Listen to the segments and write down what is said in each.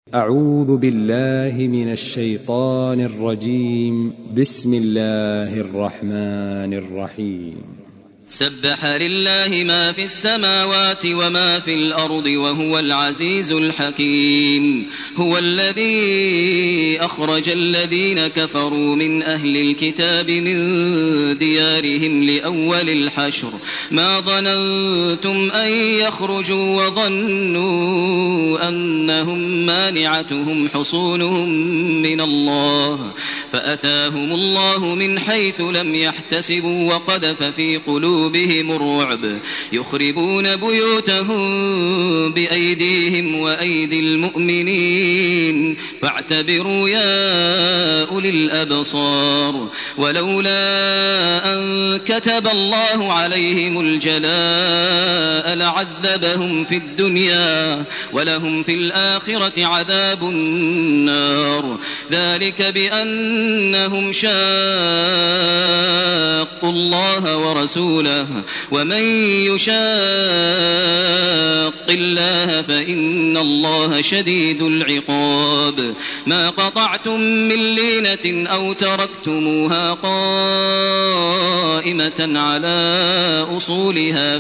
أعوذ بالله من الشيطان الرجيم. بسم الله الرحمن الرحيم. سبح لله ما في السماوات وما في الأرض وهو العزيز الحكيم. هو الذي أخرج الذين كفروا من أهل الكتاب من ديارهم لأول الحشر ما ظننتم أن يخرجوا وظنوا أنهم مانعتهم حصونهم من الله فأتاهم الله من حيث لم يحتسبوا وقذف في قلوبهم الرعب يخربون بيوتهم بأيديهم وأيدي المؤمنين فاعتبروا يا أولي الأبصار. ولولا أن كتب الله عليهم الجلاء لعذبهم في الدنيا ولهم في الآخرة عذاب النار ذلك بأنهم شاقوا الله ورسوله ومن يشاق الله فإن الله شديد العقاب. ما قطعتم من لينة أو تركتموها قائمة على أصولها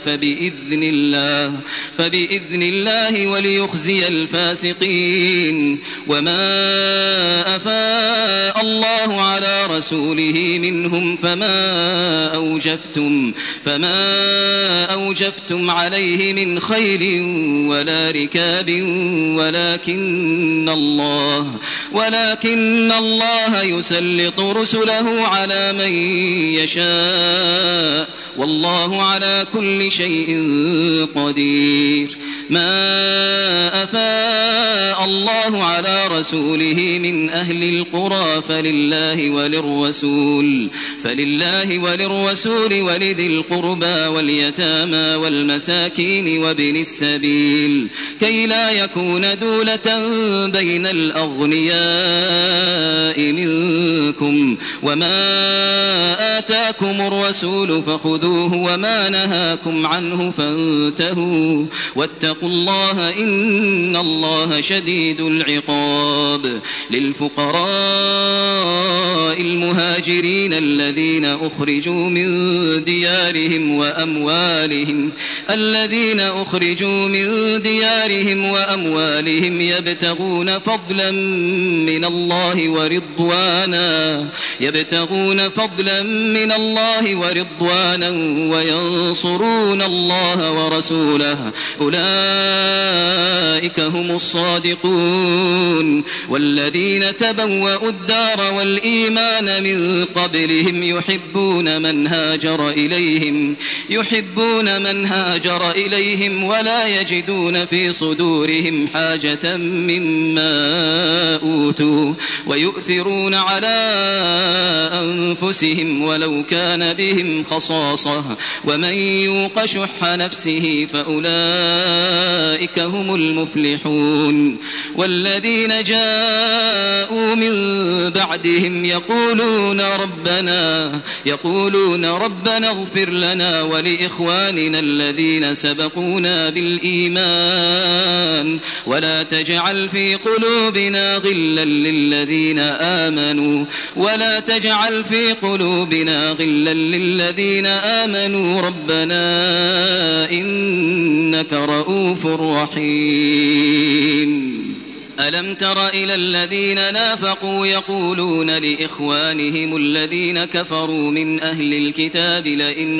فبإذن الله وليخزي الفاسقين. وما أفاء الله على رسوله منهم فما أوجفتم عليه من خيل ولا ركاب ولكن الله يسلط رسله على من يشاء والله على كل شيء قدير. ما أفاء الله على رسوله من أهل القرى فلله وللرسول ولذي القربى واليتامى والمساكين وابن السبيل كي لا يكون دولة بين الأغنياء منكم. وما آتاكم الرسول فخذوه وما نهاكم عنه فانتهوا واتقوا الله إن الله شديد العقاب. للفقراء المهاجرين الذين أخرجوا من ديارهم وأموالهم يبتغون فضلا من الله ورضوانا وينصرون الله ورسوله أولئك هم الصادقون. والذين تبوأوا الدار والإيمان من قبلهم يحبون من هاجر إليهم ولا يجدون في صدورهم حاجة مما أوتوا ويؤثرون على أنفسهم ولو كان بهم خصاصة ومن يوق شح نفسه فأولئك هم المفلحون. والذين جاءوا من بعدهم يقولون ربنا اغفر لنا ولإخواننا الذين سبقونا بالإيمان ولا تجعل في قلوبنا غلا للذين آمنوا ربنا إنك رؤوف رحيم. ألم تر إلى الذين نافقوا يقولون لإخوانهم الذين كفروا من أهل الكتاب لئن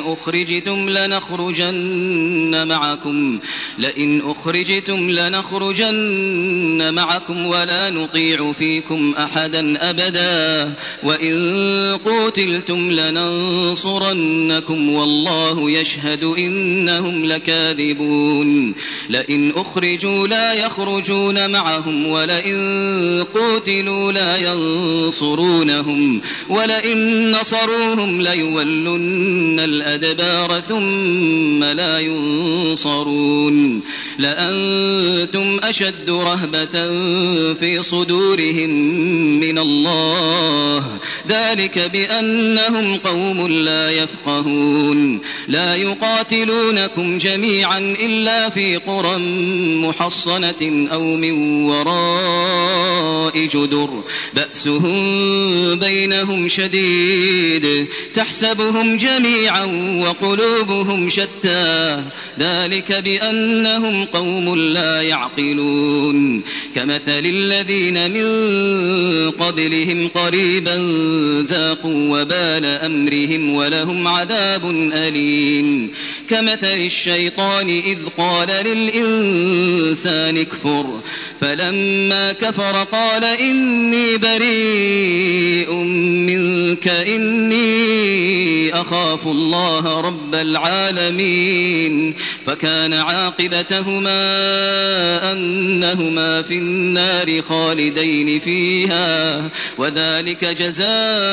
أخرجتم لنخرجن معكم ولا نطيع فيكم أحدا أبدا وإن قوتلتم لننصرنكم والله يشهد إنهم لكاذبون. لئن أخرجوا لا يخرجون معهم ولئن قوتلوا لا ينصرونهم ولئن نصروهم ليولن الأدبار ثم لا ينصرون. لأنتم أشد رهبة في صدورهم من الله، ذلك بأنهم قوم لا يفقهون. لا يقاتلونكم جميعا إلا في قرى محصنة أو من وراء جدر بأسهم بينهم شديد تحسبهم جميعا وقلوبهم شتى، ذلك بأنهم قوم لا يعقلون. كمثل الذين من قبلهم قريبا ذاقوا وبال أمرهم ولهم عذاب أليم. كمثل الشيطان إذ قال للإنسان اكفر فلما كفر قال إني بريء منك إني أخاف الله رب العالمين. فكان عاقبتهما أنهما في النار خالدين فيها، وذلك جزاء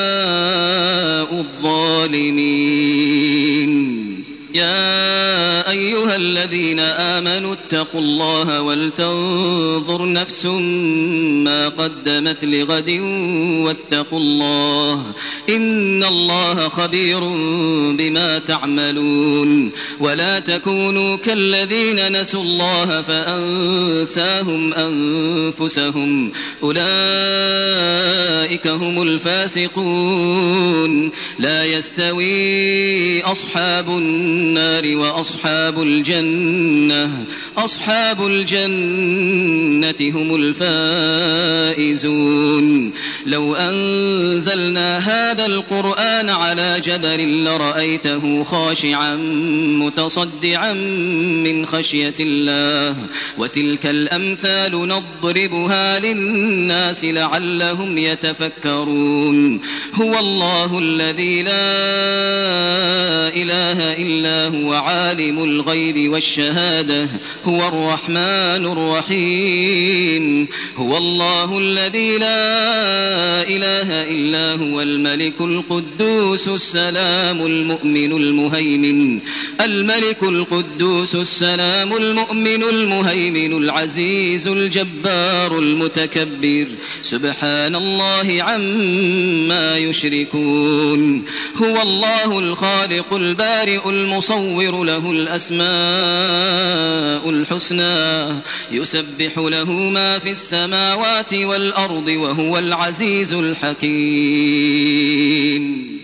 الظالمين. يا أيها الذين آمنوا اتقوا الله ولتنظر نفس ما قدمت لغد واتقوا الله إن الله خبير بما تعملون. ولا تكونوا كالذين نسوا الله فأنساهم أنفسهم أولئك هم الفاسقون. لا يستوي أصحاب النار وأصحاب الجنة، أصحاب الجنة هم الفائزون. لو أنزلنا هذا القرآن على جبل لرأيته خاشعا متصدعا من خشية الله. وتلك الأمثال نضربها للناس لعلهم يتفكرون. هو الله الذي لا إله إلا هو عالم الغيب والشهادة هو الرحمن الرحيم. هو الله الذي لا إله إلا هو الملك القدوس السلام المؤمن المهيمن، الملك القدوس السلام المؤمن المهيمن العزيز الجبار المتكبر، سبحان الله عما يشركون. هو الله الخالق البارئ المصور له الأسماء الحسنى، يسبح له ما في السماوات والأرض وهو العزيز الحكيم.